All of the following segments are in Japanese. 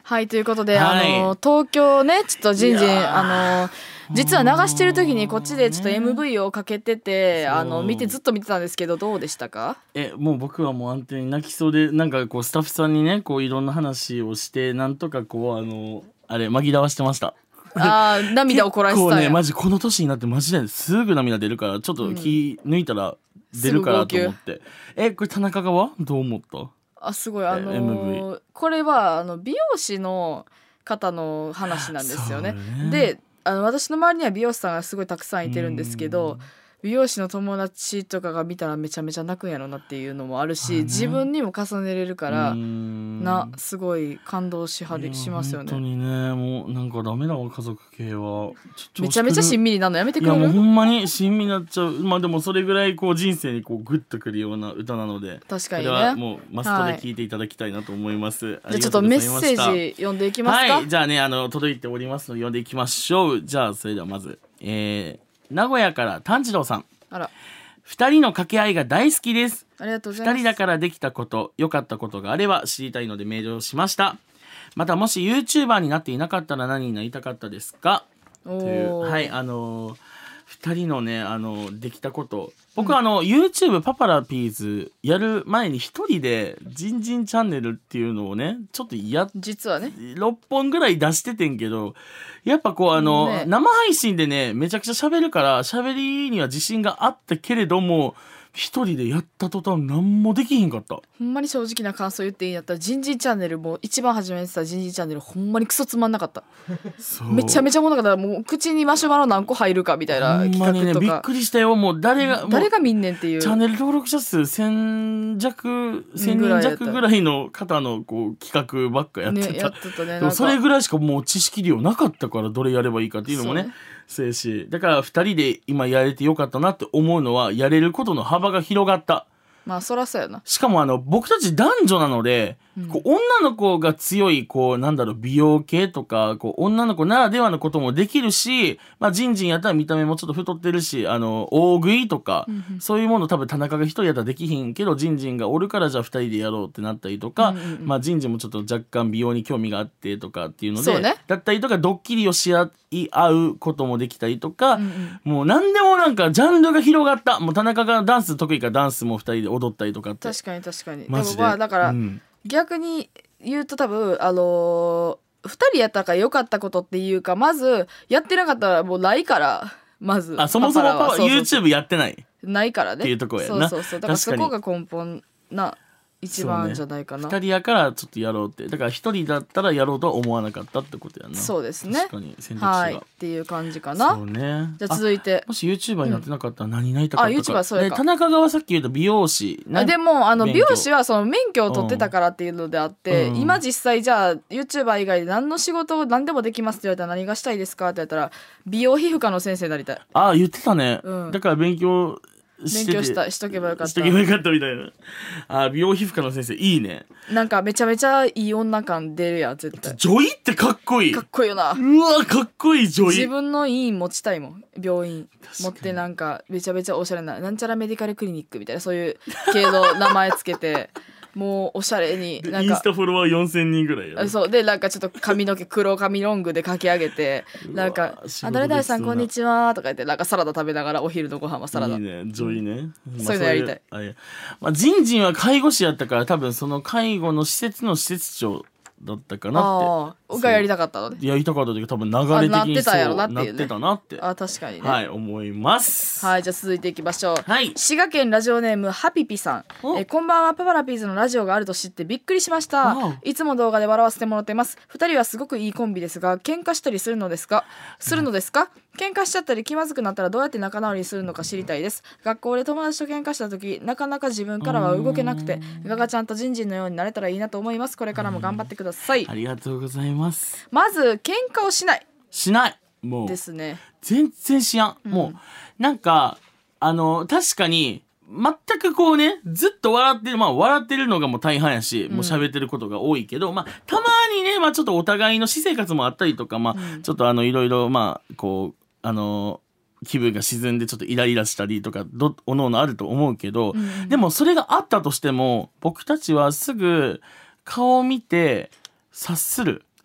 はい、ということで、 はい東京ねちょっとじんじんいや実は流してる時にこっちでちょっと MV をかけててそうずっと見てたんですけど、どうでしたか？ もう僕はもう安定に泣きそうで、なんかこうスタッフさんにねこういろんな話をしてなんとかこうあれ紛らわしてました。 涙をこらしてたんや。 結構ねマジこの年になってマジですぐ涙出るから、ちょっと気抜いたら出るからと思って、これ田中側どう思った？ すごい MV これは美容師の方の話なんですよね。 そうねで私の周りには美容師さんがすごいたくさんいてるんですけど、美容師の友達とかが見たらめちゃめちゃ泣くんやろなっていうのもあるし、自分にも重ねれるからすごい感動しますよね。 本当にね、もうなんかダメだわ、家族系はめちゃめちゃしんみりなのやめてくれる？ いやもうほんまにしんみりになっちゃう。まあでもそれぐらいこう人生にこうグッとくるような歌なので、 確かにね、 これはもうマストで聴いていただきたいなと思います、 じゃあちょっとメッセージ読んでいきますか。 はい、じゃあね届いておりますので読んでいきましょう。じゃあそれではまず、名古屋から炭治郎さん。2人の掛け合いが大好きです。 ありがとうございます。 2人だからできたこと、良かったことがあれば知りたいのでメールをしました。またもし YouTuber になっていなかったら何になりたかったですかという、はい、2人のねできたこと、僕はYouTube パパラピーズやる前に一人でジンジンチャンネルっていうのをねちょっと実はね 6本ぐらい出しててんけど、やっぱこうね、 生配信でねめちゃくちゃ喋るから喋りには自信があったけれども、一人でやった途端何もできひんかった。 ほんまに正直な感想言っていいんやったら、ジンジンチャンネルも一番初めにしたジンジンチャンネルほんまにクソつまんなかった。めちゃめちゃもなかった。もう口にマシュマロ何個入るかみたいな企画とか、 ほんまにねびっくりしたよ。もう誰が見んねんっていう。 チャンネル登録者数1000人弱ぐらいの方のこう企画ばっかやってた、 ね、やってたね。 でもそれぐらいしかもう知識量なかったから、どれやればいいかっていうのもねそうやし、だから2人で今やれてよかったなって思うのは、やれることの幅が広がった。 まあそらそうやな。 しかも僕たち男女なので、こう女の子が強いこうなんだろう美容系とかこう女の子ならではのこともできるし、まあジンジンやったら見た目もちょっと太ってるし大食いとか、そういうもの多分田中が一人やったらできひんけど、ジンジンがおるからじゃあ2人でやろうってなったりとか、まあジンジンもちょっと若干美容に興味があってとかっていうので、だったりとかドッキリをし合うこともできたりとか、もう何でもなんかジャンルが広がった。もう田中がダンス得意からダンスも2人で踊ったりとかって。 確かに確かに。 マジででもまあだから、逆に言うと多分2人やったから良かったことっていうか、まずやってなかったらもうないから、まずそもそもYouTube やってないからねっていうところやな。 そうだからそこが根本な一番じゃないかな。 2人やからちょっとやろうって、だから1人だったらやろうとは思わなかったってことやな。 そうですね。 確かに選択肢が、 はい、っていう感じかな。 そうね。 じゃあ続いて、 もし YouTuber になってなかったら何になりたかったか。 YouTuber そうやか。 田中側さっき言った美容師、 でも美容師はその免許を取ってたからっていうのであって、今実際じゃあ YouTuber 以外で何の仕事を何でもできますって言われたら何がしたいですかって言ったら、美容皮膚科の先生になりたい。 言ってたね、だから勉強しとけばよかった。 みたいな。美容皮膚科の先生いいね。 なんかめちゃめちゃいい女感出るやん絶対。 女医ってかっこいい。 かっこいいよな。 うわかっこいい女医。 自分の医院持ちたいもん。病院持ってなんかめちゃめちゃおしゃれななんちゃらメディカルクリニックみたいな、そういう系の名前つけてもうおしゃれになんかインスタフォロワー4000人ぐらいや、ね、 そうでなんかちょっと髪の毛黒髪ロングでかき上げてなんか誰々さんこんにちはとか言ってなんかサラダ食べながらお昼のご飯はサラダいいね女医ね、 そういうのやりたい。 ジンジンは介護士やったから多分その介護の施設の施設長だったかなってがやりたかったのね。 やりたかった時多分流れ的にそうなってたなって確かにね、 はい思います。 はい、じゃあ続いていきましょう。 はい、 滋賀県ラジオネームハピピさん、こんばんは。パパラピーズのラジオがあると知ってびっくりしました。いつも動画で笑わせてもらってます。2人はすごくいいコンビですが喧嘩したりするのですか？喧嘩しちゃったり気まずくなったらどうやって仲直りするのか知りたいです。学校で友達と喧嘩した時なかなか自分からは動けなくて、ガガちゃんとジンジンのようになれたらいいなと思います。これからも頑張ってください。 ありがとうございます。 まず喧嘩をしないもうですね。 全然しやん、もうなんか確かに全くこうねずっと笑ってる笑ってるのがもう大半やし、もう喋ってることが多いけどたまにねちょっとお互いの私生活もあったりとかちょっといろいろこう気分が沈んでちょっとイライラしたりとかおのおのあると思うけど、でもそれがあったとしても僕たちはすぐ顔を見て察する。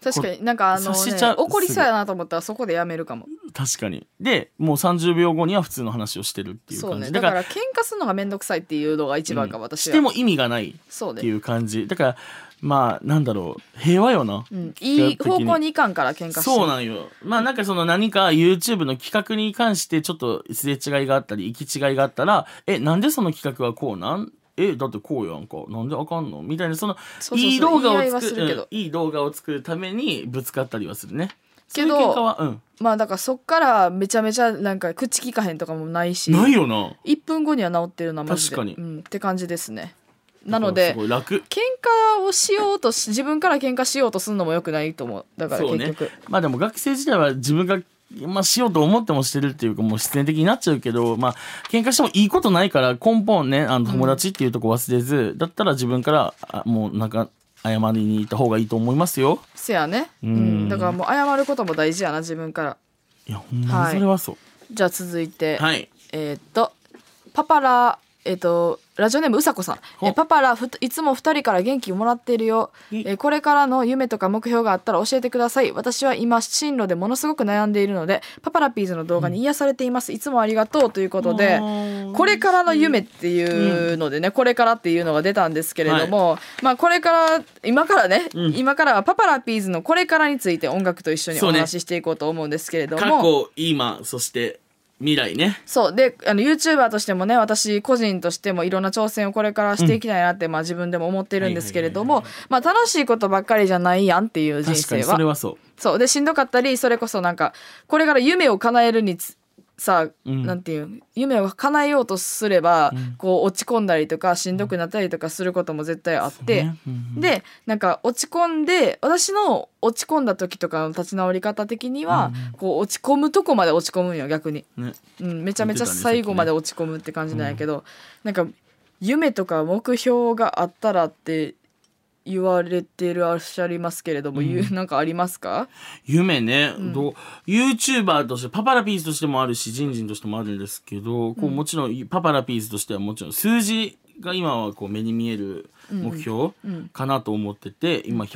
確かになんか察しちゃう怒りそうやなと思ったらそこでやめるかも。 確かに。でもう30秒後には普通の話をしてるっていう感じ。 そうね、だから喧嘩するのがめんどくさいっていうのが一番か、私は。 しても意味がないっていう感じ。だからまあなんだろう、平和よな、 いい方向にいかんから喧嘩して。 そうなんよ。まあなんかその何か YouTube の企画に関してちょっとすれ違いがあったり行き違いがあったら、なんでその企画はこうなんだってこうやんか、なんであかんのみたいな、そのいい動画を作る、いい動画を作るためにぶつかったりはするね。 けどまあだからそっからめちゃめちゃなんか口聞かへんとかもないし、 ないよな。 1分後には治ってるのはマジで確かに、 って感じですね。なので喧嘩をしようと自分から喧嘩しようとするのもよくないと思う。だから結局、 まあでも学生時代は自分がしようと思ってもしてるっていうかもう必然的になっちゃうけど、まあ喧嘩してもいいことないから根本ね、友達っていうとこ忘れず、だったら自分からもうなんか謝りに行った方がいいと思いますよ。 せやね、だからもう謝ることも大事やな、自分から。 いやほんまにそれはそう、 じゃあ続いて、パパラジオネームうさこさん、パパラいつも2人から元気もらっているよ、これからの夢とか目標があったら教えてください。私は今進路でものすごく悩んでいるのでパパラピーズの動画に癒されています、いつもありがとうということで、これからの夢っていうのでね、これからっていうのが出たんですけれども、まあこれから今からはパパラピーズのこれからについて音楽と一緒にお話ししていこうと思うんですけれども、 過去今そして未来ね。 そうでYouTuber としてもね、私個人としてもいろんな挑戦をこれからしていきたいなって、自分でも思ってるんですけれども、楽しいことばっかりじゃないやんっていう人生は。 確かにそれはそうでしんどかったり、それこそなんかこれから夢を叶えるにさ、なんていう夢を叶えようとすれば、こう落ち込んだりとかしんどくなったりとかすることも絶対あって、でなんか落ち込んで、私の落ち込んだ時とかの立ち直り方的には、こう落ち込むとこまで落ち込むんよ逆に、めちゃめちゃ最後まで落ち込むって感じなんやけど、なんか夢とか目標があったらって言われてらっしゃいますけれども、なんかありますか？ 夢ね、YouTuber としてパパラピーズとしてもあるし、ジンジンとしてもあるんですけど、こうもちろんパパラピーズとしてはもちろん数字が今はこう目に見える目標かなと思ってて、今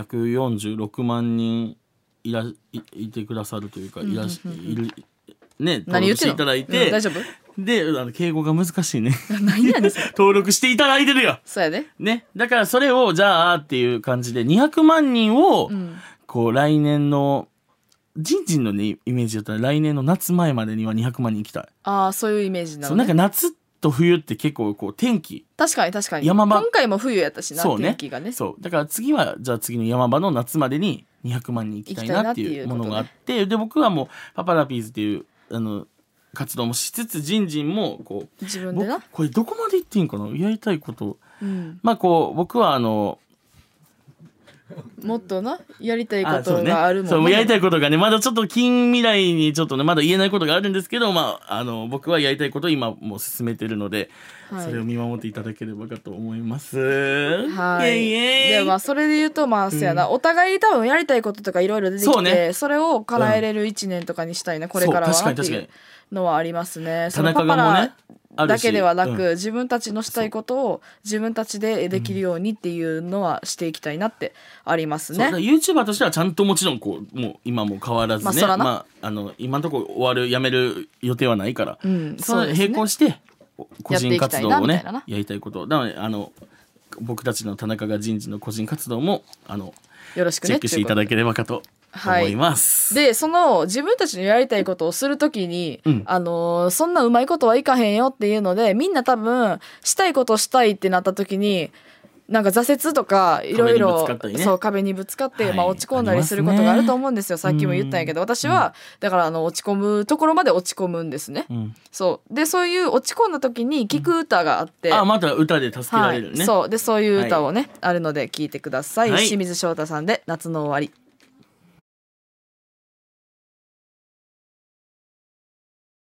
146万人いてくださるというか、いるね、登録していただいて、 大丈夫で敬語が難しいね何やねんそれ登録していただいてるよ。 そうやで、 ね、だからそれをじゃあっていう感じで200万人を、こう来年のジンジンのねイメージだったら来年の夏前までには200万人行きたい。 そういうイメージなのね。 そうなんか夏と冬って結構こう天気、 確かに山場今回も冬やったしな、天気がね。 そうだから次はじゃあ次の山場の夏までに200万人行きたいなっていうものがあって、で僕はもうパパラピーズっていう活動もしつつ、ジンジンもこう自分でな、 これどこまで言っていいんかな、やりたいこと、まあこう僕はもっとなやりたいことがあるもんね。 そうやりたいことがね、まだちょっと近未来にちょっとねまだ言えないことがあるんですけど、僕はやりたいことを今もう進めてるので、それを見守っていただければかと思います。 でそれで言うとそうやな、お互い多分やりたいこととかいろいろ出てきて、それを叶えれる1年とかにしたいな、これからはっていうのはありますね。 田中がもねだけではなく、自分たちのしたいことを自分たちでできるようにっていうのはしていきたいなってありますね。 YouTuber としてはちゃんともちろんこうもう今も変わらずね、今のところやめる予定はないから、その並行して個人活動をねやりたいこと、なので僕たちの田中が人事の個人活動もよろしくねチェックしていただければかと思います。 でその自分たちのやりたいことをするときに、そんなうまいことはいかへんよっていうので、みんな多分したいことしたいってなったときになんか挫折とかいろいろ壁にぶつかって、落ち込んだりすることがあると思うんですよ。さっきも言ったんやけど、私はだから落ち込むところまで落ち込むんですね。そうでそういう落ち込んだ時に聴く歌があって、 また歌で助けられるね。 そういう歌をね、あるので聴いてください。清水翔太さんで夏の終わり。